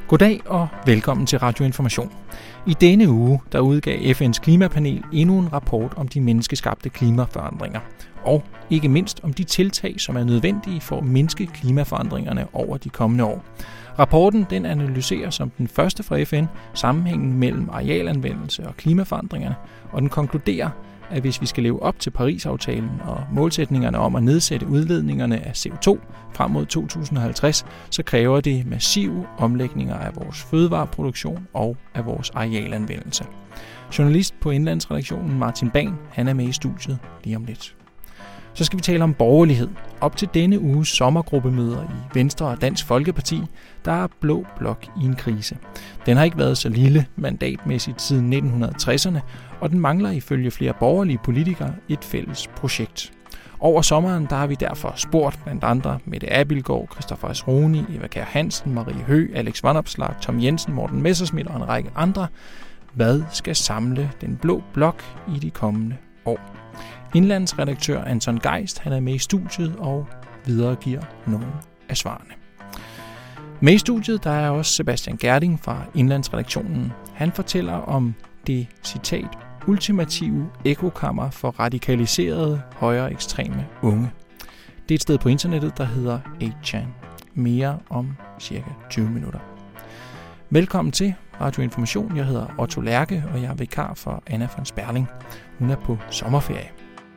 Goddag og velkommen til Radio Information. I denne uge der udgav FN's klimapanel endnu en rapport om de menneskeskabte klimaforandringer. Og ikke mindst om de tiltag, som er nødvendige for at mindske klimaforandringerne over de kommende år. Rapporten den analyserer som den første fra FN sammenhængen mellem arealanvendelse og klimaforandringerne, og den konkluderer, at hvis vi skal leve op til Paris-aftalen og målsætningerne om at nedsætte udledningerne af CO2 frem mod 2050, så kræver det massive omlægninger af vores fødevareproduktion og af vores arealanvendelse. Journalist på Indlandsredaktionen Martin Bahn, han er med i studiet lige om lidt. Så skal vi tale om borgerlighed. Op til denne uges sommergruppemøder i Venstre og Dansk Folkeparti, der er Blå Blok i en krise. Den har ikke været så lille mandatmæssigt siden 1960'erne, og den mangler ifølge flere borgerlige politikere et fælles projekt. Over sommeren der har vi derfor spurgt blandt andre Mette Abildgaard, Christoffer Asroni, Eva Kjær Hansen, Marie Høgh, Alex Vanopslagh, Tom Jensen, Morten Messerschmidt og en række andre. Hvad skal samle den Blå Blok i de kommende år? Indlandsredaktør Anton Geist, han er med i studiet og videregiver nogle af svarene. Med i studiet der er også Sebastian Gerding fra Indlandsredaktionen. Han fortæller om det, citat, ultimative ekokammer for radikaliserede, højere ekstreme unge. Det er et sted på internettet, der hedder 8chan. Mere om cirka 20 minutter. Velkommen til Radio Information. Jeg hedder Otto Lærke, og jeg er vikar for Anna von Sperling. Hun er på sommerferie.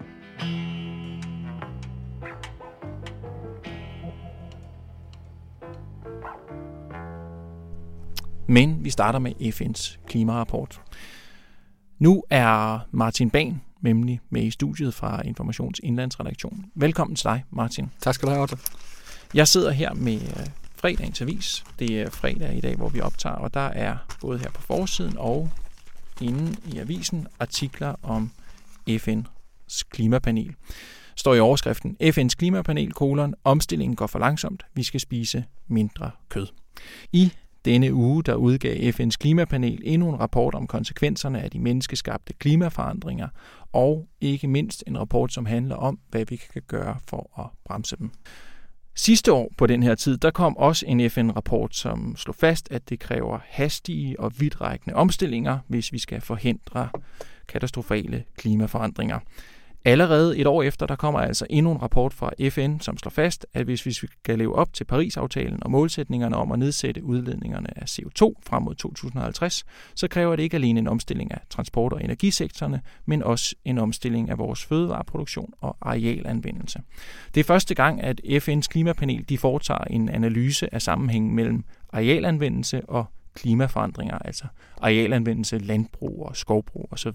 Men vi starter med FN's klimarapport. Nu er Martin Bahn nemlig med i studiet fra Informations Indlandsredaktion. Velkommen til dig, Martin. Tak skal du have, Otto. Jeg sidder her med fredagens avis. Det er fredag i dag, hvor vi optager, og der er både her på forsiden og inde i avisen artikler om FN's klimapanel. Står i overskriften, FN's klimapanel, omstillingen går for langsomt, vi skal spise mindre kød. I denne uge, der udgav FN's klimapanel endnu en rapport om konsekvenserne af de menneskeskabte klimaforandringer, og ikke mindst en rapport, som handler om, hvad vi kan gøre for at bremse dem. Sidste år på den her tid, der kom også en FN-rapport, som slog fast, at det kræver hastige og vidtrækkende omstillinger, hvis vi skal forhindre katastrofale klimaforandringer. Allerede et år efter, der kommer altså endnu en rapport fra FN, som slår fast, at hvis vi skal leve op til Paris-aftalen og målsætningerne om at nedsætte udledningerne af CO2 frem mod 2050, så kræver det ikke alene en omstilling af transport- og energisektorerne, men også en omstilling af vores fødevareproduktion og arealanvendelse. Det er første gang, at FN's klimapanel de foretager en analyse af sammenhængen mellem arealanvendelse og klimaforandringer, altså arealanvendelse, landbrug og skovbrug osv.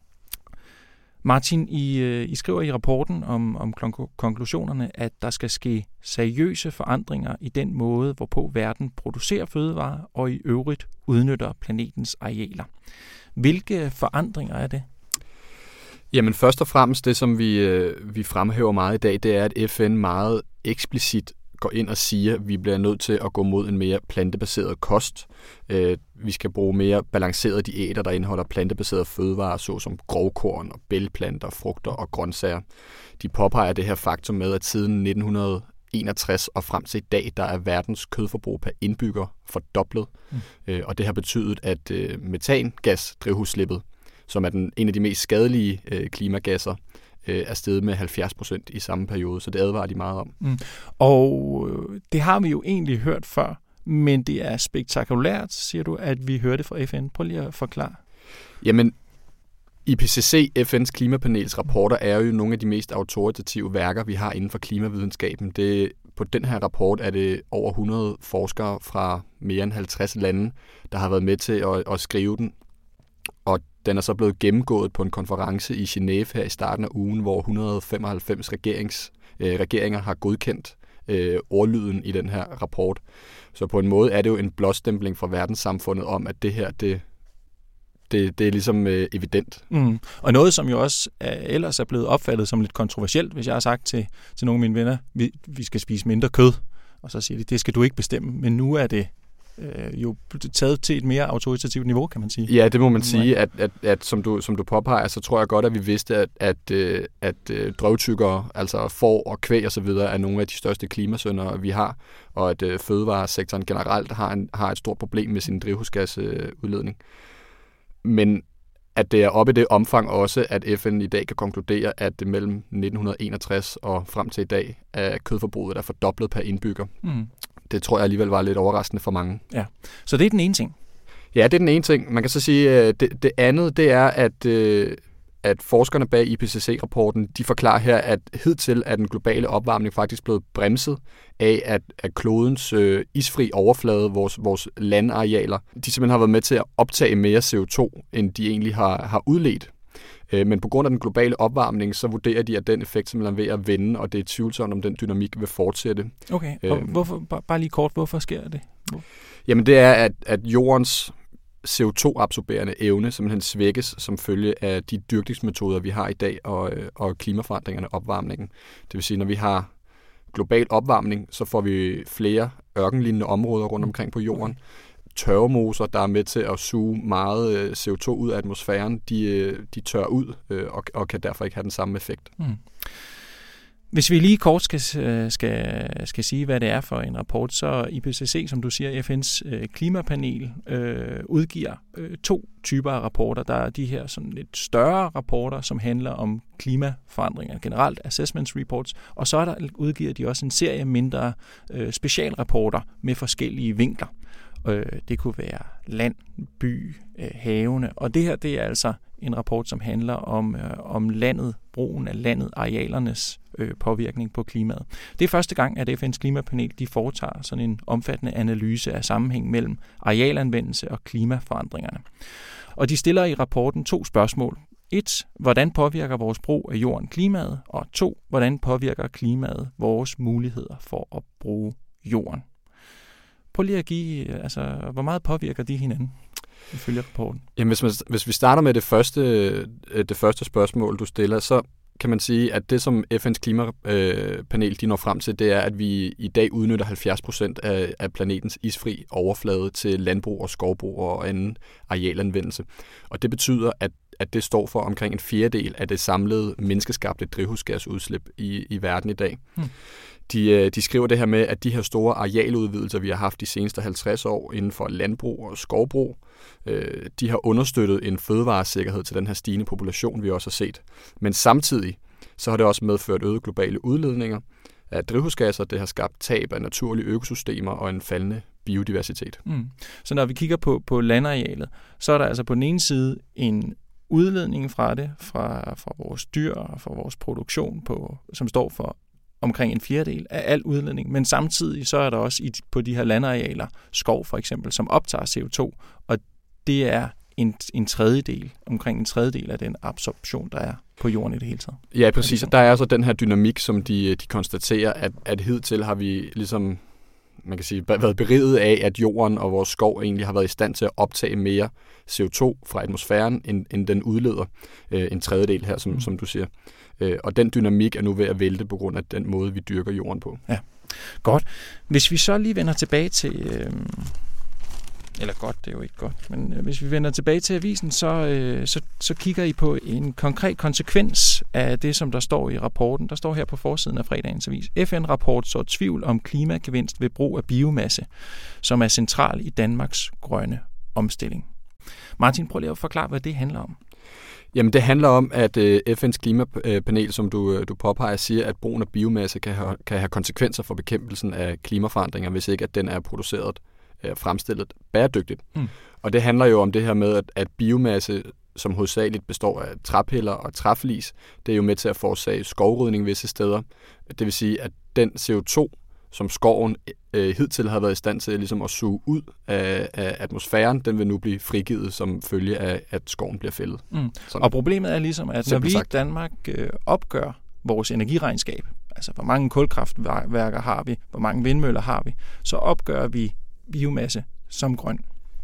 Martin, I skriver i rapporten om konklusionerne, at der skal ske seriøse forandringer i den måde, hvorpå verden producerer fødevarer og i øvrigt udnytter planetens arealer. Hvilke forandringer er det? Jamen først og fremmest det, som vi fremhæver meget i dag, det er, at FN meget eksplicit går ind og siger, at vi bliver nødt til at gå mod en mere plantebaseret kost. Vi skal bruge mere balancerede diæter, der indeholder plantebaserede fødevarer, såsom grovkorn og bælgplanter, frugter og grøntsager. De påpeger det her faktum med, at siden 1961 og frem til i dag, der er verdens kødforbrug per indbygger fordoblet. Og det har betydet, at metangasdrivhusslippet, som er en af de mest skadelige klimagasser, er steget med 70% i samme periode, så det advarer de meget om. Og det har vi jo egentlig hørt før, men det er spektakulært, siger du, at vi hørte det fra FN. Prøv lige at forklare. Jamen, IPCC, FN's klimapanels rapporter, er jo nogle af de mest autoritative værker, vi har inden for klimavidenskaben. På den her rapport er det over 100 forskere fra mere end 50 lande, der har været med til at skrive den. Og den er så blevet gennemgået på en konference i Genève her i starten af ugen, hvor 195 regeringer har godkendt ordlyden i den her rapport. Så på en måde er det jo en blåstempling fra verdenssamfundet om, at det her, det er ligesom evident. Og noget, som jo også ellers er blevet opfattet som lidt kontroversielt, hvis jeg har sagt til nogle af mine venner, vi skal spise mindre kød, og så siger de, det skal du ikke bestemme, men nu er det jo taget til et mere autoritativt niveau, kan man sige. Ja, det må man sige, at som du påpeger, så tror jeg godt, at vi vidste, at drøvtyggere, altså får og kvæg og så videre, er nogle af de største klimasyndere, vi har, og at fødevaresektoren generelt har et stort problem med sin drivhusgasudledning. Men at det er oppe i det omfang også, at FN i dag kan konkludere, at det mellem 1961 og frem til i dag er kødforbruget er fordoblet per indbygger. Mm. Det tror jeg alligevel var lidt overraskende for mange. Ja, så det er den ene ting. Ja, det er den ene ting. Man kan så sige, at det andet, det er, at forskerne bag IPCC-rapporten, de forklarer her, at hidtil er den globale opvarmning faktisk blevet bremset af, at klodens isfri overflade, vores landarealer, de simpelthen har været med til at optage mere CO2, end de egentlig har udledt. Men på grund af den globale opvarmning, så vurderer de, at den effekt simpelthen er ved at vende, og det er tvivlsomt, om den dynamik vil fortsætte. Okay, og hvorfor, bare lige kort, hvorfor sker det? Jamen det er, at jordens CO2-absorberende evne simpelthen svækkes som følge af de dyrkningsmetoder, vi har i dag, og klimaforandringerne, opvarmningen. Det vil sige, når vi har global opvarmning, så får vi flere ørkenlignende områder rundt omkring på jorden. Tørvemoser, der er med til at suge meget CO2 ud af atmosfæren, de tør ud og kan derfor ikke have den samme effekt. Mm. Hvis vi lige kort skal sige, hvad det er for en rapport, så IPCC, som du siger, FN's klimapanel, udgiver 2 typer af rapporter. Der er de her sådan lidt større rapporter, som handler om klimaforandringer generelt, assessment reports, og så udgiver de også en serie mindre specialrapporter med forskellige vinkler. Det kunne være land, by, havene, og det her, det er altså en rapport, som handler om landet, brugen af landet, arealernes påvirkning på klimaet. Det er første gang, at FN's klimapanel de foretager sådan en omfattende analyse af sammenhæng mellem arealanvendelse og klimaforandringerne. Og de stiller i rapporten 2 spørgsmål. 1. Hvordan påvirker vores brug af jorden klimaet? Og 2. Hvordan påvirker klimaet vores muligheder for at bruge jorden? Prøv lige at give, hvor meget påvirker de hinanden, ifølge rapporten? Jamen, hvis vi starter med det første spørgsmål, du stiller, så kan man sige, at det, som FN's klimapanel de når frem til, det er, at vi i dag udnytter 70% af planetens isfri overflade til landbrug og skovbrug og anden arealanvendelse. Og det betyder, at det står for omkring 1/4 af det samlede menneskeskabte drivhusgasudslip i verden i dag. De skriver det her med, at de her store arealudvidelser, vi har haft de seneste 50 år inden for landbrug og skovbrug, de har understøttet en fødevaresikkerhed til den her stigende population, vi også har set. Men samtidig så har det også medført øgede globale udledninger af drivhusgasser. Det har skabt tab af naturlige økosystemer og en faldende biodiversitet. Så når vi kigger på landarealet, så er der altså på den ene side en udledning fra det, fra vores dyr og fra vores produktion, som står for omkring 1/4 af al udledning, men samtidig så er der også på de her landarealer skov for eksempel, som optager CO2, og det er omkring en tredjedel af den absorption, der er på jorden i det hele taget. Ja, præcis. Der er altså den her dynamik, som de konstaterer, at hidtil har vi ligesom, man kan sige, været beriget af, at jorden og vores skov egentlig har været i stand til at optage mere CO2 fra atmosfæren, end den udleder, en tredjedel her, som du siger. Og den dynamik er nu ved at vælte på grund af den måde, vi dyrker jorden på. Ja, godt. Hvis vi så lige vender tilbage til, eller godt, det er jo ikke godt, men hvis vi vender tilbage til avisen, så kigger I på en konkret konsekvens af det, som der står i rapporten. Der står her på forsiden af fredagens avis. FN-rapport så tvivl om klimagevinst ved brug af biomasse, som er central i Danmarks grønne omstilling. Martin, prøv lige at forklare, hvad det handler om. Jamen, det handler om, at FN's klimapanel, som du påpeger, siger, at brugen af biomasse kan have konsekvenser for bekæmpelsen af klimaforandringer, hvis ikke at den er produceret fremstillet bæredygtigt. Og det handler jo om det her med, at biomasse, som hovedsageligt består af træpiller og træflis, det er jo med til at forårsage skovrydning visse steder. Det vil sige, at den CO2, som skoven hidtil har været i stand til ligesom at suge ud af atmosfæren, den vil nu blive frigivet som følge af, at skoven bliver fældet. Og problemet er ligesom, at når vi i Danmark opgør vores energiregnskab, altså hvor mange kulkraftværker har vi, hvor mange vindmøller har vi, så opgør vi biomasse som grøn.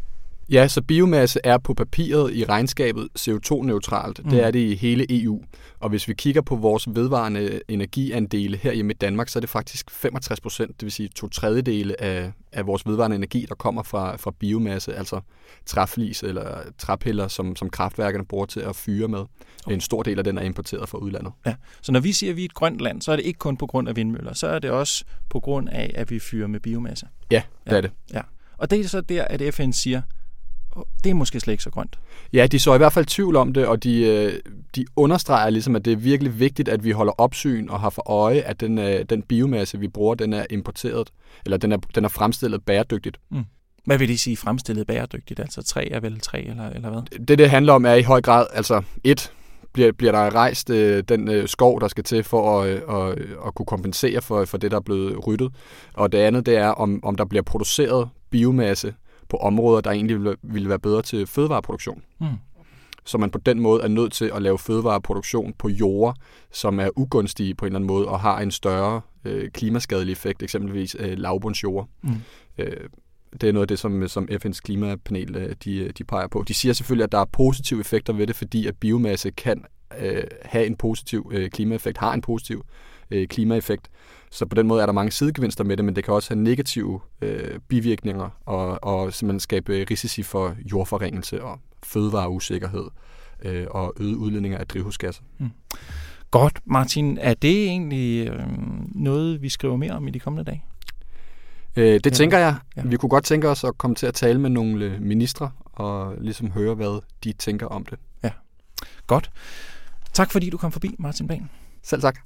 Ja, så biomasse er på papiret i regnskabet CO2-neutralt. Det er det i hele EU. Og hvis vi kigger på vores vedvarende energiandele her hjemme i Danmark, så er det faktisk 65%, det vil sige 2/3 af vores vedvarende energi, der kommer fra biomasse, altså træflis eller træpiller, som kraftværkerne bruger til at fyre med. En stor del af den er importeret fra udlandet. Ja. Så når vi siger, at vi er et grønt land, så er det ikke kun på grund af vindmøller, så er det også på grund af, at vi fyrer med biomasse. Ja, det er det. Ja. Og det er så der, at FN siger, det er måske slet ikke så grønt. Ja, de så i hvert fald tvivl om det, og de understreger ligesom, at det er virkelig vigtigt, at vi holder opsyn og har for øje, at den biomasse, vi bruger, den er importeret, eller den er fremstillet bæredygtigt. Hvad vil det sige fremstillet bæredygtigt? Altså træ er vel træ, eller hvad? Det handler om er i høj grad, altså bliver der rejst den skov, der skal til for at kunne kompensere for det, der er blevet ryddet. Og det andet, det er, om der bliver produceret biomasse på områder, der egentlig ville være bedre til fødevareproduktion. Så man på den måde er nødt til at lave fødevareproduktion på jorder, som er ugunstige på en eller anden måde, og har en større klimaskadelig effekt, eksempelvis lavbundsjorder. Det er noget af det, som FN's klimapanel de peger på. De siger selvfølgelig, at der er positive effekter ved det, fordi at biomasse kan have en positiv klimaeffekt, har en positiv klimaeffekt. Så på den måde er der mange sidegevinster med det, men det kan også have negative bivirkninger og simpelthen skabe risici for jordforringelse og fødevareusikkerhed og øget udledninger af drivhusgasser. Godt, Martin. Er det egentlig noget, vi skriver mere om i de kommende dage? Det tænker jeg. Ja. Vi kunne godt tænke os at komme til at tale med nogle ministre og ligesom høre, hvad de tænker om det. Ja, godt. Tak fordi du kom forbi, Martin Bang. Selv tak.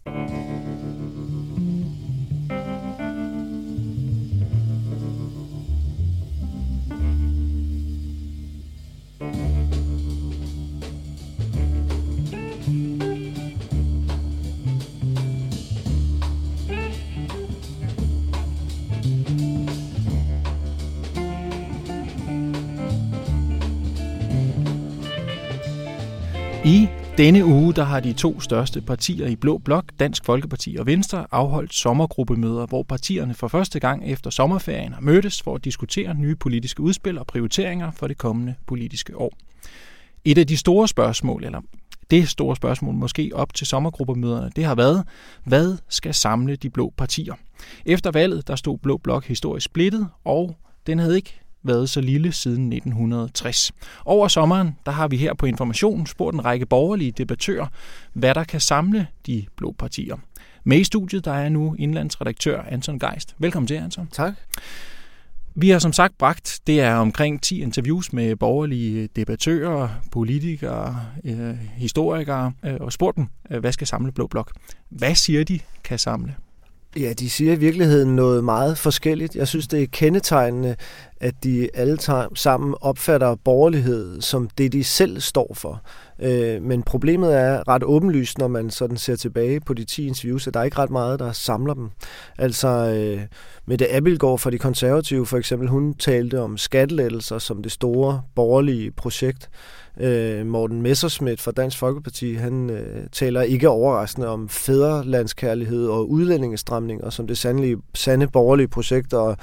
I denne uge der har de to største partier i Blå Blok, Dansk Folkeparti og Venstre, afholdt sommergruppemøder, hvor partierne for første gang efter sommerferien har mødtes for at diskutere nye politiske udspil og prioriteringer for det kommende politiske år. Et af de store spørgsmål, eller det store spørgsmål måske op til sommergruppemøderne, det har været, hvad skal samle de blå partier? Efter valget der stod Blå Blok historisk splittet, og den havde ikke været så lille siden 1960. Over sommeren, der har vi her på Information spurgt en række borgerlige debattører, hvad der kan samle de blå partier. Med i studiet, der er nu indlandsredaktør Anton Geist. Velkommen til, Anton. Tak. Vi har som sagt bragt, det er omkring 10 interviews med borgerlige debattører, politikere, historikere og spurgt dem, hvad skal samle Blå Blok? Hvad siger de kan samle? Ja, de siger i virkeligheden noget meget forskelligt. Jeg synes, det er kendetegnende, at de alle sammen opfatter borgerlighed som det, de selv står for. Men problemet er ret åbenlyst, når man sådan ser tilbage på de 10 interviews, at der er ikke ret meget, der samler dem. Altså, Mette Abildgaard fra De Konservative for eksempel, hun talte om skattelettelser som det store borgerlige projekt. Morten Messerschmidt fra Dansk Folkeparti, han taler ikke overraskende om fædrelandskærlighed og udlændingestramninger som det sande borgerlige projekt, og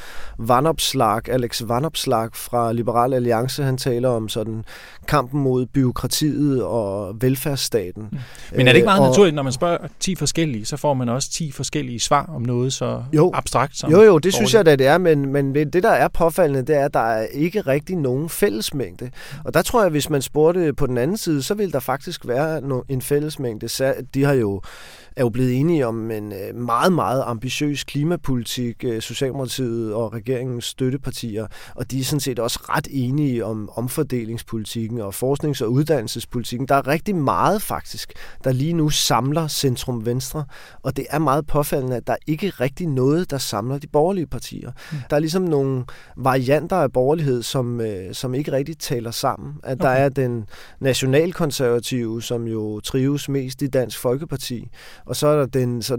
Alex Vanopslagh fra Liberal Alliance, han taler om sådan kampen mod byråkratiet og velfærdsstaten. Men er det ikke meget naturligt, når man spørger 10 forskellige, så får man også 10 forskellige svar om noget så abstrakt som Jo, det synes jeg da, det er, men det, der er påfaldende, det er, at der er ikke rigtig nogen fællesmængde. Og der tror jeg, hvis man spurgte på den anden side, så vil der faktisk være en fællesmængde. De er jo blevet enige om en meget, meget ambitiøs klimapolitik, Socialdemokratiet og regeringens støttepartier, og de er sådan set også ret enige om omfordelingspolitikken og forsknings- og uddannelsespolitikken. Der er rigtig meget faktisk, der lige nu samler centrum venstre, og det er meget påfaldende, at der ikke er rigtig noget, der samler de borgerlige partier. Der er ligesom nogle varianter af borgerlighed, som ikke rigtig taler sammen. At der er den nationalkonservative, som jo trives mest i Dansk Folkeparti, og så er der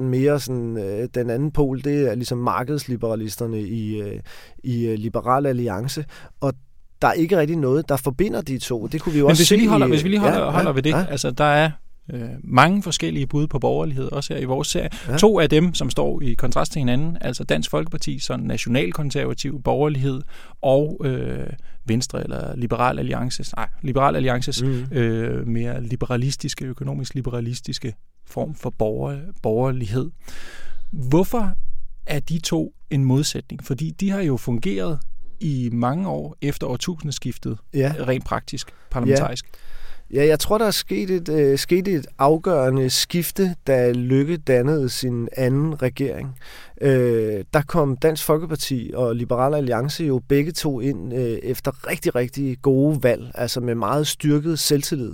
den anden pol, det er ligesom markedsliberalisterne i Liberal Alliance, og der er ikke rigtig noget, der forbinder de to. Det kunne vi jo også se. Hvis vi lige holder ved det, altså der er mange forskellige bud på borgerlighed, også her i vores serie. Ja. 2 af dem, som står i kontrast til hinanden, altså Dansk Folkeparti, sådan nationalkonservativ borgerlighed, og Venstre eller Liberal Alliances mere liberalistiske, økonomisk liberalistiske form for borgerlighed. Hvorfor er de 2 en modsætning? Fordi de har jo fungeret i mange år efter årtusindeskiftet, rent praktisk, parlamentarisk. Ja, jeg tror, der er sket et afgørende skifte, da Løkke dannede sin anden regering. Der kom Dansk Folkeparti og Liberal Alliance jo begge 2 ind efter rigtig, rigtig gode valg, altså med meget styrket selvtillid.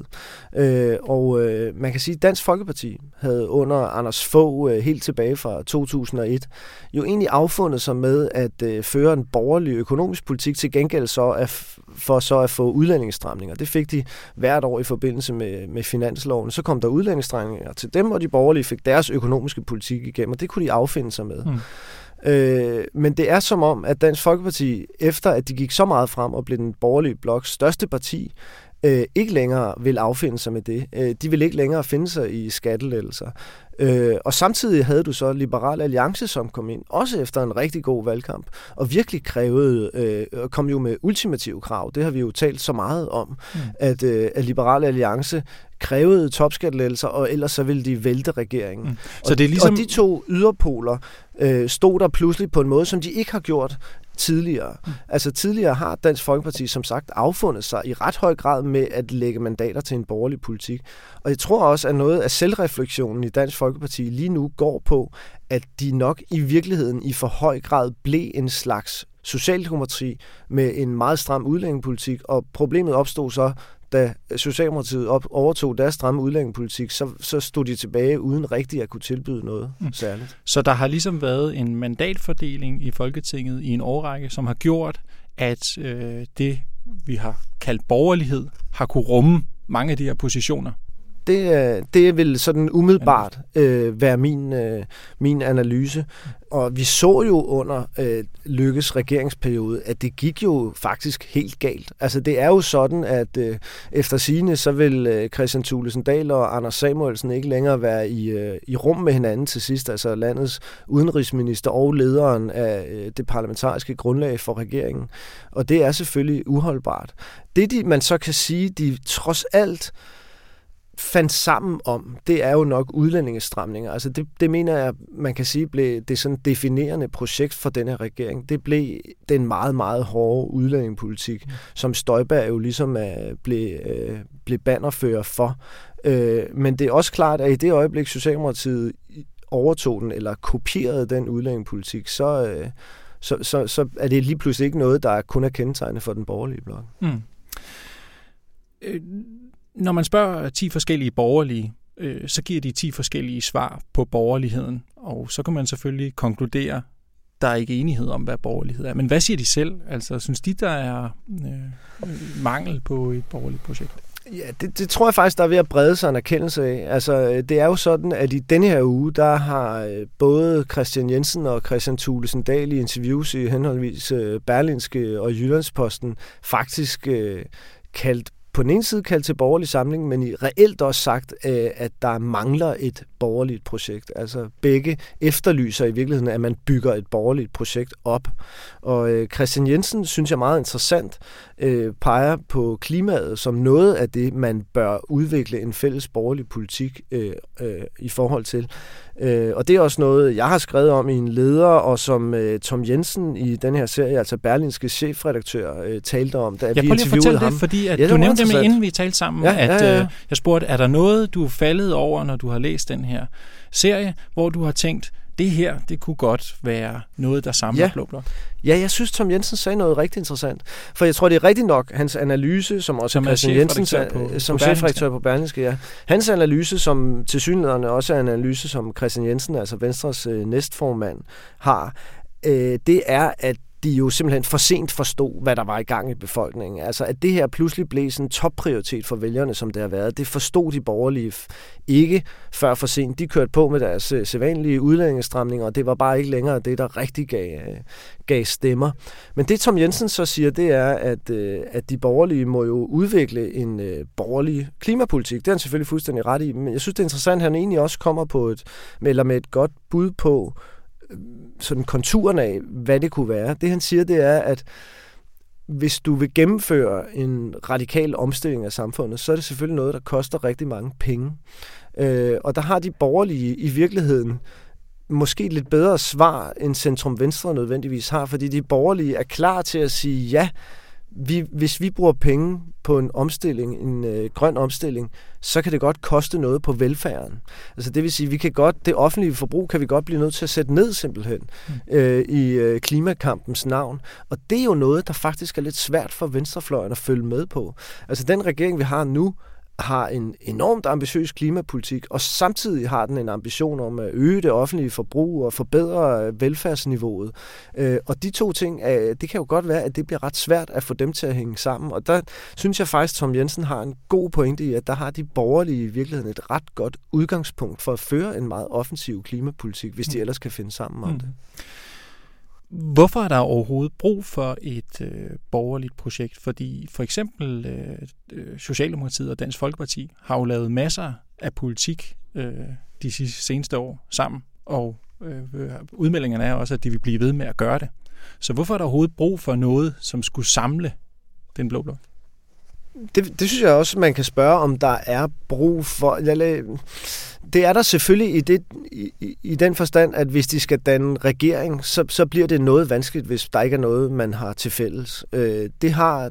Man kan sige, at Dansk Folkeparti havde under Anders Fogh helt tilbage fra 2001 jo egentlig affundet sig med at føre en borgerlig økonomisk politik til gengæld for at få udlændingsstramninger. Det fik de hvert år i forbindelse med finansloven. Så kom der udlændingsstramninger til dem, og de borgerlige fik deres økonomiske politik igennem, og det kunne de affinde sig med. Men det er som om, at Dansk Folkeparti, efter at de gik så meget frem og blev den borgerlige bloks største parti, ikke længere vil affinde sig med det. De vil ikke længere finde sig i skattelettelser. Og samtidig havde du så Liberal Alliance, som kom ind, også efter en rigtig god valgkamp, og virkelig kom jo med ultimative krav. Det har vi jo talt så meget om, at Liberal Alliance krævede topskattelettelser, og ellers så ville de vælte regeringen. Så det er ligesom... Og de 2 yderpoler stod der pludselig på en måde, som de ikke har gjort tidligere. Altså tidligere har Dansk Folkeparti som sagt affundet sig i ret høj grad med at lægge mandater til en borgerlig politik. Og jeg tror også, at noget af selvreflektionen i Dansk Folkeparti lige nu går på, at de nok i virkeligheden i for høj grad blev en slags socialdemokrati med en meget stram udlændingepolitik, og problemet opstod så, da Socialdemokratiet overtog deres stramme udlændingepolitik, så stod de tilbage uden rigtig at kunne tilbyde noget særligt. Så der har ligesom været en mandatfordeling i Folketinget i en årrække, som har gjort, at det, vi har kaldt borgerlighed, har kunne rumme mange af de her positioner. Det vil sådan umiddelbart være min analyse. Og vi så jo under Løkkes regeringsperiode, at det gik jo faktisk helt galt. Altså det er jo sådan, at efter sigende, så vil Kristian Thulesen Dahl og Anders Samuelsen ikke længere være i rum med hinanden til sidst. Altså landets udenrigsminister og lederen af det parlamentariske grundlag for regeringen. Og det er selvfølgelig uholdbart. Det man så kan sige, de trods alt fandt sammen om, det er jo nok udlændingestramninger. Altså det mener jeg, man kan sige, blev det sådan definerende projekt for denne regering. Det blev den meget, meget hårde udlændingepolitik, som Støjberg jo ligesom blev bannerfører for. Men det er også klart, at i det øjeblik Socialdemokratiet overtog den, eller kopierede den udlændingepolitik, så er det lige pludselig ikke noget, der kun er kendetegnende for den borgerlige blok. Når man spørger 10 forskellige borgerlige, så giver de 10 forskellige svar på borgerligheden, og så kan man selvfølgelig konkludere, der er ikke enighed om, hvad borgerlighed er. Men hvad siger de selv? Altså, synes de, der er mangel på et borgerligt projekt? Ja, det tror jeg faktisk, der er ved at brede sig en erkendelse af. Altså, det er jo sådan, at i denne her uge, der har både Kristian Jensen og Kristian Thulesen Dahl i interviews i henholdsvis Berlingske og Jyllandsposten faktisk på den ene side kaldt til borgerlig samling, men i reelt også sagt, at der mangler et borgerligt projekt. Altså begge efterlyser i virkeligheden, at man bygger et borgerligt projekt op. Og Kristian Jensen, synes jeg meget interessant, peger på klimaet som noget af det, man bør udvikle en fælles borgerlig politik i forhold til. Og det er også noget, jeg har skrevet om i en leder, og som Tom Jensen i den her serie, altså Berlingske chefredaktør, talte om, da vi interviewede ham. Det, fordi at du nævnte det, inden vi talte sammen, jeg spurgte, er der noget, du er faldet over, når du har læst den her serie, hvor du har tænkt, det her, det kunne godt være noget, der samler Blå Blok? Ja, jeg synes, Tom Jensen sagde noget rigtig interessant. For jeg tror, det er rigtigt nok, hans analyse, som også Kristian Jensen som chefredaktør på Berlingske, hans analyse, som tilsyneladende også er en analyse, som Kristian Jensen, altså Venstres næstformand, har, det er, at de jo simpelthen for sent forstod, hvad der var i gang i befolkningen. Altså, at det her pludselig blev sådan en topprioritet for vælgerne, som det har været, det forstod de borgerlige ikke før for sent. De kørte på med deres sædvanlige udlændingestramninger, og det var bare ikke længere det, der rigtig gav stemmer. Men det, Tom Jensen så siger, det er, at de borgerlige må jo udvikle en borgerlig klimapolitik. Det er han selvfølgelig fuldstændig ret i, men jeg synes, det er interessant, at han egentlig også kommer med et godt bud på sådan konturen af, hvad det kunne være. Det han siger, det er, at hvis du vil gennemføre en radikal omstilling af samfundet, så er det selvfølgelig noget, der koster rigtig mange penge. Og der har de borgerlige i virkeligheden måske lidt bedre svar, end centrum-venstre nødvendigvis har, fordi de borgerlige er klar til at sige, ja, hvis vi bruger penge på en omstilling, en grøn omstilling, så kan det godt koste noget på velfærden. Altså det vil sige, det offentlige forbrug kan vi godt blive nødt til at sætte ned simpelthen i klimakampens navn. Og det er jo noget, der faktisk er lidt svært for venstrefløjen at følge med på. Altså den regering, vi har nu, har en enormt ambitiøs klimapolitik, og samtidig har den en ambition om at øge det offentlige forbrug og forbedre velfærdsniveauet. Og de to ting, det kan jo godt være, at det bliver ret svært at få dem til at hænge sammen. Og der synes jeg faktisk, Tom Jensen har en god pointe i, at der har de borgerlige i virkeligheden et ret godt udgangspunkt for at føre en meget offensiv klimapolitik, hvis de ellers kan finde sammen om det. Hvorfor er der overhovedet brug for et borgerligt projekt? Fordi for eksempel Socialdemokratiet og Dansk Folkeparti har jo lavet masser af politik de seneste år sammen, og udmeldingerne er også, at de vil blive ved med at gøre det. Så hvorfor er der overhovedet brug for noget, som skulle samle den blå blok? Det synes jeg også, man kan spørge, om der er brug for. Det er der selvfølgelig i den forstand, at hvis de skal danne regering, så bliver det noget vanskeligt, hvis der ikke er noget, man har til fælles. Det har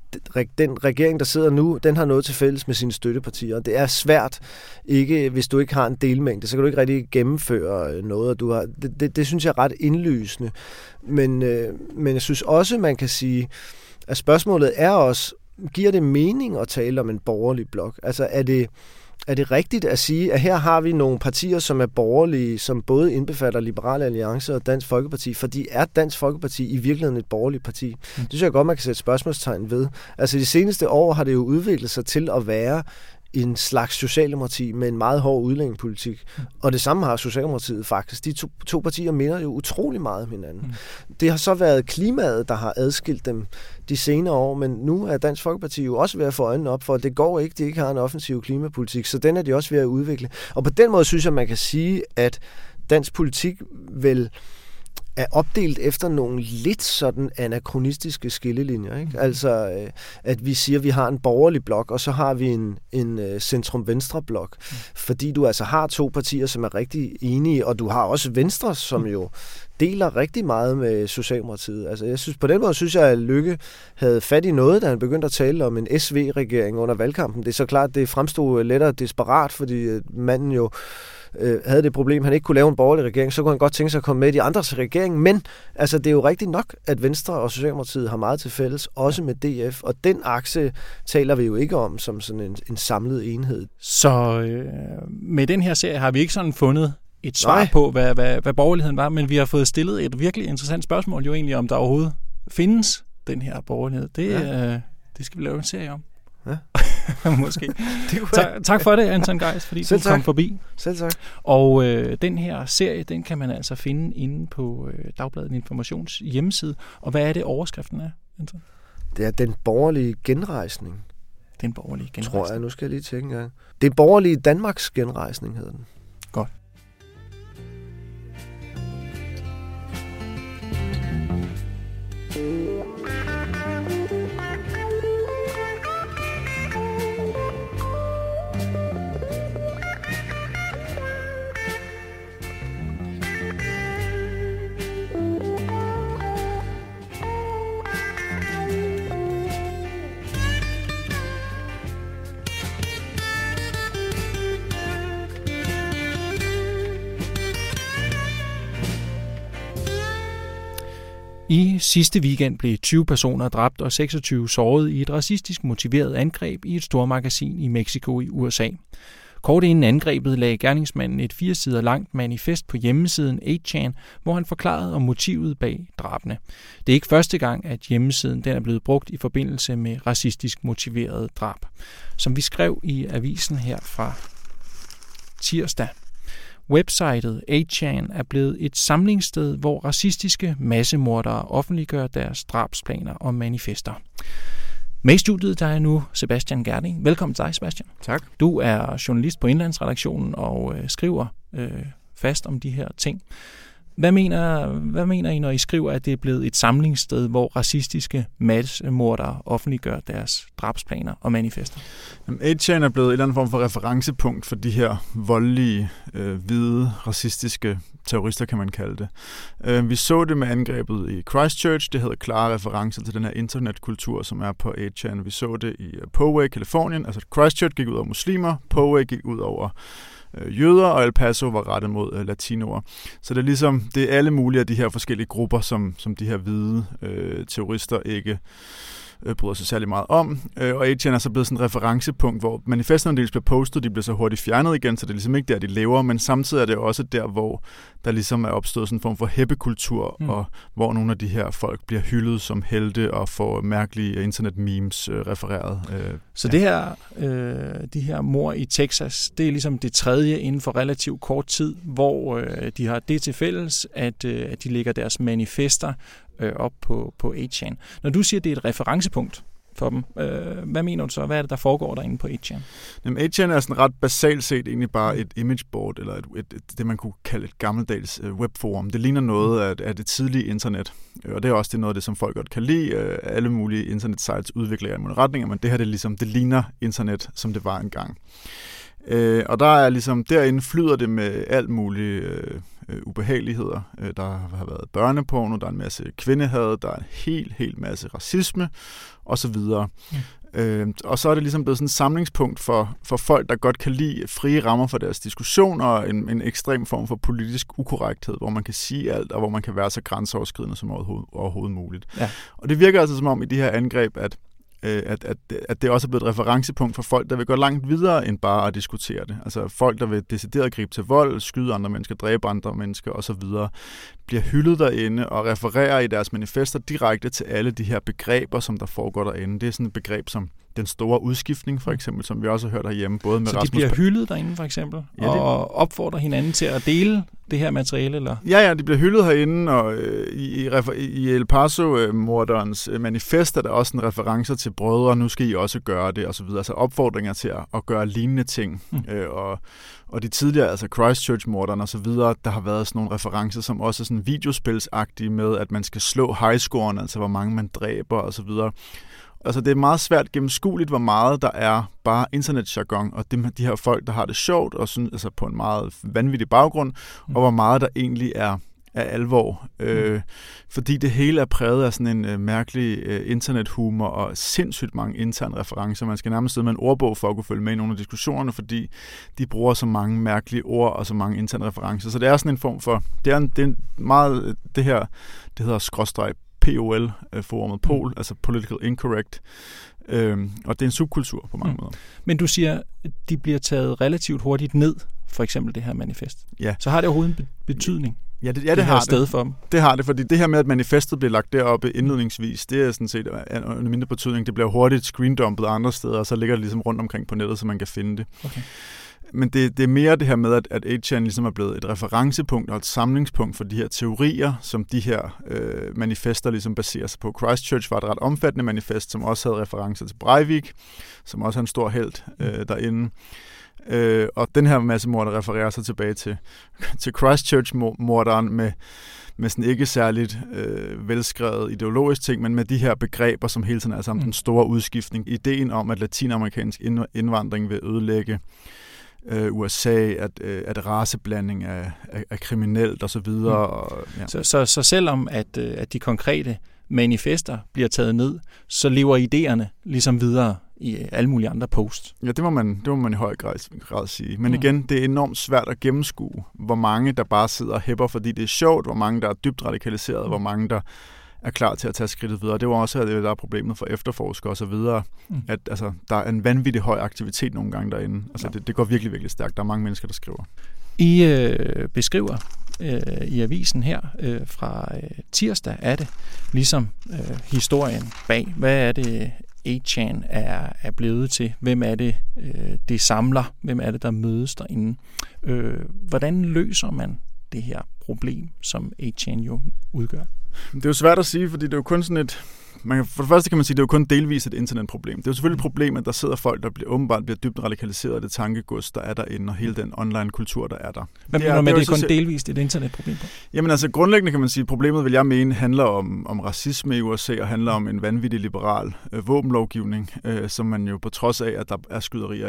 den regering, der sidder nu, den har noget til fælles med sine støttepartier. Det er svært, hvis du ikke har en delmængde, så kan du ikke rigtig gennemføre noget. Det synes jeg er ret indlysende. Men jeg synes også, man kan sige, at spørgsmålet er også, giver det mening at tale om en borgerlig blok? Altså er det rigtigt at sige, at her har vi nogle partier, som er borgerlige, som både indbefatter Liberal Alliance og Dansk Folkeparti, fordi er Dansk Folkeparti i virkeligheden et borgerligt parti? Det synes jeg godt, man kan sætte spørgsmålstegn ved. Altså de seneste år har det jo udviklet sig til at være en slags socialdemokrati med en meget hård udlændingepolitik. Og det samme har Socialdemokratiet faktisk. De to partier minder jo utrolig meget om hinanden. Det har så været klimaet, der har adskilt dem de senere år, men nu er Dansk Folkeparti jo også ved at få øjnene op for, at det går ikke, de ikke har en offensiv klimapolitik, så den er de også ved at udvikle. Og på den måde synes jeg, man kan sige, at dansk politik vel er opdelt efter nogle lidt sådan anakronistiske skillelinjer. Ikke? Altså, at vi siger, at vi har en borgerlig blok, og så har vi en centrum-venstre-blok. Fordi du altså har to partier, som er rigtig enige, og du har også Venstre, som jo deler rigtig meget med Socialdemokratiet. Altså, jeg synes, på den måde synes jeg, at Løkke havde fat i noget, da han begyndte at tale om en SV-regering under valgkampen. Det er så klart, det fremstod lettere desperat, fordi manden jo havde det problem, at han ikke kunne lave en borgerlig regering, så kunne han godt tænke sig at komme med i de andres regering, men altså, det er jo rigtigt nok, at Venstre og Socialdemokratiet har meget til fælles, også med DF, og den akse taler vi jo ikke om som sådan en samlet enhed. Så med den her serie har vi ikke sådan fundet et svar på, hvad borgerligheden var, men vi har fået stillet et virkelig interessant spørgsmål jo egentlig, om der overhovedet findes den her borgerlighed. Det skal vi lave en serie om. Ja. Måske. Tak for det, Anton Geis, fordi du kom forbi. Selv tak. Og den her serie, den kan man altså finde inde på Dagbladet Informations hjemmeside. Og hvad er det, overskriften er, Anton? Det er den borgerlige genrejsning. Den borgerlige genrejsning. Tror jeg, nu skal jeg lige tænke engang. Det borgerlige Danmarks genrejsning hedder den. Godt. I sidste weekend blev 20 personer dræbt og 26 såret i et racistisk motiveret angreb i et stormagasin i Mexico i USA. Kort inden angrebet lagde gerningsmanden et 4 sider langt manifest på hjemmesiden 8chan, hvor han forklarede om motivet bag drabene. Det er ikke første gang, at hjemmesiden den er blevet brugt i forbindelse med racistisk motiverede drab. Som vi skrev i avisen her fra tirsdag. Websitet 8chan er blevet et samlingssted, hvor racistiske massemordere offentliggør deres drabsplaner og manifester. Med i studiet der er nu Sebastian Gerding. Velkommen til dig, Sebastian. Tak. Du er journalist på Indlandsredaktionen og skriver fast om de her ting. Hvad mener I, når I skriver, at det er blevet et samlingssted, hvor racistiske massemordere offentliggør deres drabsplaner og manifester? 8chan er blevet en eller anden form for referencepunkt for de her voldelige, hvide, racistiske terrorister, kan man kalde det. Vi så det med angrebet i Christchurch. Det havde klare referencer til den her internetkultur, som er på 8chan. Vi så det i Poway, Kalifornien. Altså Christchurch gik ud over muslimer, Poway gik ud over jøder, og El Paso var rettet mod latinoer. Så det er det er alle mulige af de her forskellige grupper, som de her hvide terrorister ikke bryder sig særlig meget om. Og 8chan er så blevet sådan et referencepunkt, hvor manifesterne dels bliver postet, de bliver så hurtigt fjernet igen, så det er ligesom ikke der, de lever, men samtidig er det også der, hvor der ligesom er opstået sådan en form for heppekultur, og hvor nogle af de her folk bliver hyldet som helte og får mærkelige internet-memes refereret. Så de her mord i Texas, det er ligesom det tredje inden for relativt kort tid, hvor de har det til fælles, at de lægger deres manifester op på 8chan. Når du siger, at det er et referencepunkt for dem, hvad mener du så? Hvad er det, der foregår derinde på 8chan? Jamen, 8chan er sådan ret basalt set egentlig bare et imageboard, eller det, man kunne kalde et gammeldags webforum. Det ligner noget af det tidlige internet, og det er også noget af det, som folk godt kan lide. Alle mulige internet-sites udvikler i alle mulige retninger, men det her det ligner internet, som det var engang. Og der er derinde flyder det med alt mulige ubehageligheder. Der har været børneporno, der er en masse kvindehad, der er en hel masse racisme osv. Og så er det ligesom blevet sådan et samlingspunkt for folk, der godt kan lide frie rammer for deres diskussioner og en ekstrem form for politisk ukorrekthed, hvor man kan sige alt, og hvor man kan være så grænseoverskridende som overhovedet muligt. Ja. Og det virker altså som om i de her angreb, at det også er blevet et referencepunkt for folk, der vil gå langt videre end bare at diskutere det. Altså folk, der vil decideret gribe til vold, skyde andre mennesker, dræbe andre mennesker osv., bliver hyldet derinde og refererer i deres manifester direkte til alle de her begreber, som der foregår derinde. Det er sådan et begreb som den store udskiftning, for eksempel, som vi også har hørt herhjemme, både med Rasmus. Så de bliver hyldet derinde, for eksempel, og opfordrer hinanden til at dele det her materiale, eller? Ja, de bliver hyldet herinde, og i El Paso-morderens manifest er der også en referencer til brødre, nu skal I også gøre det, og så videre. Altså opfordringer til at gøre lignende ting. Og de tidligere, altså Christchurch-morderen og så videre, der har været sådan nogle referencer, som også er sådan videospilsagtige med, at man skal slå highscoren, altså hvor mange man dræber og så videre. Altså det er meget svært gennemskueligt, hvor meget der er bare internetjargon, og de her folk, der har det sjovt, og sådan, altså på en meget vanvittig baggrund, og hvor meget der egentlig er alvor. Fordi det hele er præget af sådan en mærkelig internethumor og sindssygt mange interne referencer. Man skal nærmest sidde med en ordbog for at kunne følge med i nogle af diskussionerne, fordi de bruger så mange mærkelige ord og så mange interne referencer. Så det er sådan en form for, det er meget det her, det hedder skråstreg POL-forumet POL, altså Political Incorrect. Og det er en subkultur på mange måder. Men du siger, at de bliver taget relativt hurtigt ned, for eksempel det her manifest. Ja. Så har det overhovedet en betydning? Ja, det har sted for dem. Det har det, fordi det her med, at manifestet bliver lagt deroppe indledningsvis, det er sådan set en mindre betydning. Det bliver hurtigt screendumpet andre steder, og så ligger det ligesom rundt omkring på nettet, så man kan finde det. Okay. Men det er mere det her med, at 8chan ligesom er blevet et referencepunkt og et samlingspunkt for de her teorier, som de her manifester ligesom baserer sig på. Christchurch var et ret omfattende manifest, som også havde referencer til Breivik, som også er en stor helt derinde. Og den her massemorder refererer sig tilbage til Christchurch-morderen med sådan ikke særligt velskrevet ideologisk ting, men med de her begreber, som hele tiden er sammen den store udskiftning. Ideen om, at latinamerikansk indvandring vil ødelægge USA, at raceblanding er kriminelt og så videre. Og, ja. Så selvom at de konkrete manifester bliver taget ned, så lever idéerne ligesom videre i alle mulige andre posts. Ja, det må man i høj grad sige. Men igen, det er enormt svært at gennemskue, hvor mange der bare sidder og hæpper, fordi det er sjovt, hvor mange der er dybt radikaliseret, hvor mange der er klar til at tage skridtet videre. Det var også det, der er problemet for efterforskere og så videre, at altså, der er en vanvittig høj aktivitet nogle gange derinde. Altså, det går virkelig, virkelig stærkt. Der er mange mennesker, der skriver. I beskriver i avisen her fra tirsdag er det ligesom historien bag. Hvad er det 8chan er blevet til? Hvem er det, det samler? Hvem er det, der mødes derinde? Hvordan løser man det her problem, som 8chan jo udgør? Det er jo svært at sige, fordi det er jo kun sådan et... For det første kan man sige, at det er jo kun delvis et internetproblem. Det er jo selvfølgelig et problem, at der sidder folk, der åbenbart bliver dybt radikaliseret af det tankegods, der er derinde, og hele den online-kultur, der er der. Hvad mener du med, det er kun delvis et internetproblem? Jamen altså, grundlæggende kan man sige, at problemet, vil jeg mene, handler om racisme i USA, og handler om en vanvittig liberal våbenlovgivning, som man jo på trods af, at der er skyderier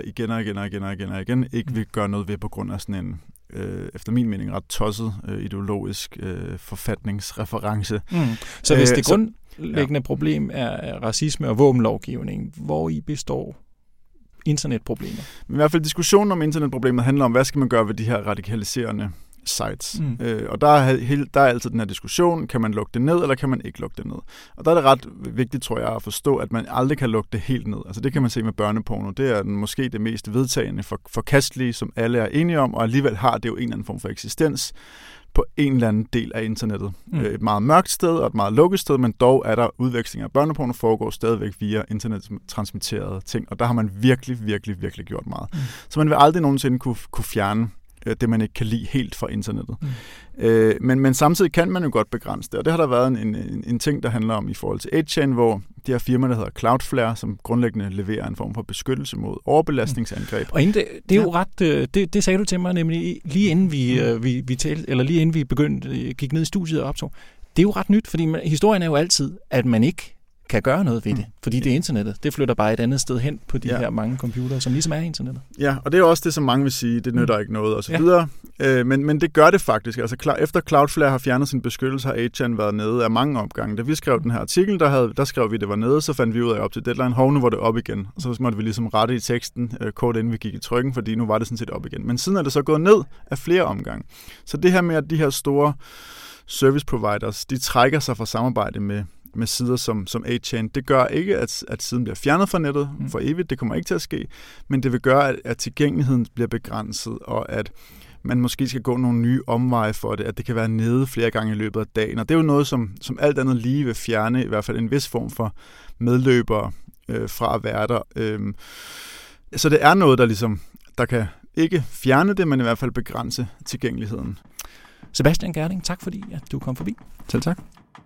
igen, ikke vil gøre noget ved på grund af sådan en efter min mening ret tosset ideologisk forfatningsreference. Så hvis det grundlæggende problem er racisme og våbenlovgivning, hvor i består internetproblemer? I hvert fald diskussionen om internetproblemet handler om, hvad skal man gøre ved de her radikaliserende sites. Og der er altid den her diskussion, kan man lukke det ned, eller kan man ikke lukke det ned? Og der er det ret vigtigt, tror jeg, at forstå, at man aldrig kan lukke det helt ned. Altså det kan man se med børneporno. Det er måske det mest vedtagende forkastelige, som alle er enige om, og alligevel har det jo en eller anden form for eksistens på en eller anden del af internettet. Et meget mørkt sted og et meget lukket sted, men dog er der udveksling af børneporno, foregår stadigvæk via internettransmitterede ting, og der har man virkelig gjort meget. Så man vil aldrig nogensinde kunne fjerne det, man ikke kan lide helt fra internettet. Men samtidig kan man jo godt begrænse det, og det har der været en ting, der handler om i forhold til 8chan, hvor de her firmaer, der hedder Cloudflare, som grundlæggende leverer en form for beskyttelse mod overbelastningsangreb. Og det er jo ret, det sagde du til mig nemlig lige inden vi talte, eller lige inden vi gik ned i studiet og optog. Det er jo ret nyt, fordi historien er jo altid, at man ikke kan gøre noget ved det, fordi det er internettet. Det flytter bare et andet sted hen på de her mange computere, som ligesom er internettet. Ja, og det er også det, som mange vil sige, det nytter ikke noget og så videre. Men det gør det faktisk. Altså efter Cloudflare har fjernet sin beskyttelse, har 8chan været nede af mange opgange. Da vi skrev den her artikel, der skrev vi, det var nede, så fandt vi ud af op til deadline, nu var det op igen. Og så måtte vi ligesom rette i teksten, kort inden vi gik i trykken, fordi nu var det sådan set op igen. Men siden er det så gået ned af flere omgange. Så det her med, at de her store service providers, de trækker sig fra samarbejde med sider som 8chan. Det gør ikke, at siden bliver fjernet fra nettet for evigt. Det kommer ikke til at ske. Men det vil gøre, at tilgængeligheden bliver begrænset, og at man måske skal gå nogle nye omveje for det, at det kan være nede flere gange i løbet af dagen. Og det er jo noget, som alt andet lige vil fjerne i hvert fald en vis form for medløbere fra at være der. Så det er noget, der ligesom, der kan ikke fjerne det, men i hvert fald begrænse tilgængeligheden. Sebastian Gerding, tak fordi at du kom forbi. Selv tak.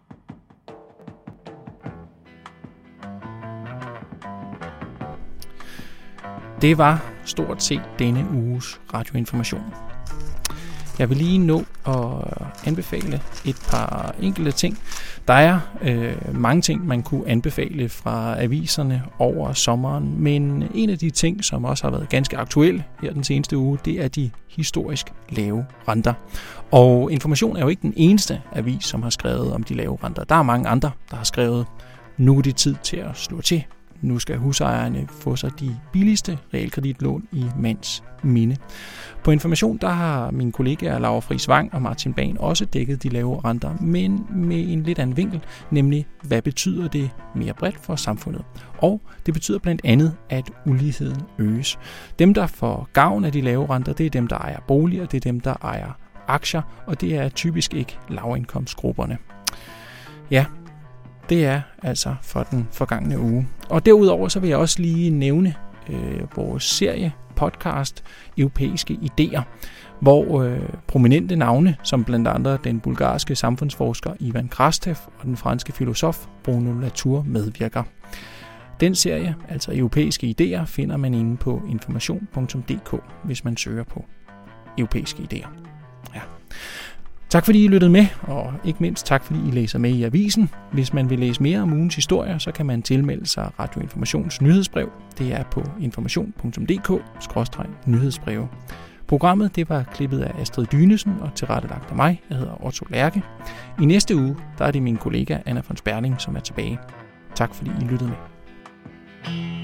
Det var stort set denne uges radioinformation. Jeg vil lige nå at anbefale et par enkelte ting. Der er mange ting, man kunne anbefale fra aviserne over sommeren, men en af de ting, som også har været ganske aktuel her den seneste uge, det er de historisk lave renter. Og Information er jo ikke den eneste avis, som har skrevet om de lave renter. Der er mange andre, der har skrevet, nu er det tid til at slå til. Nu skal husejerne få sig de billigste realkreditlån i mands minde. På Information, der har mine kollegaer Laura Friis Vang og Martin Bahn også dækket de lave renter, men med en lidt anden vinkel, nemlig hvad betyder det mere bredt for samfundet? Og det betyder blandt andet, at uligheden øges. Dem, der får gavn af de lave renter, det er dem, der ejer boliger, det er dem, der ejer aktier, og det er typisk ikke lavindkomstgrupperne. Ja, det er altså for den forgangne uge. Og derudover så vil jeg også lige nævne vores serie podcast Europæiske Idéer, hvor prominente navne, som blandt andet den bulgarske samfundsforsker Ivan Krastev og den franske filosof Bruno Latour medvirker. Den serie, altså Europæiske Idéer, finder man inde på information.dk, hvis man søger på Europæiske Idéer. Ja. Tak fordi I lyttede med, og ikke mindst tak fordi I læser med i avisen. Hvis man vil læse mere om ugens historier, så kan man tilmelde sig Radio Informations nyhedsbrev. Det er på information.dk/nyhedsbreve. Programmet det var klippet af Astrid Dynesen og tilrettelagt af mig. Jeg hedder Otto Lærke. I næste uge der er det min kollega Anna von Sperling, som er tilbage. Tak fordi I lyttede med.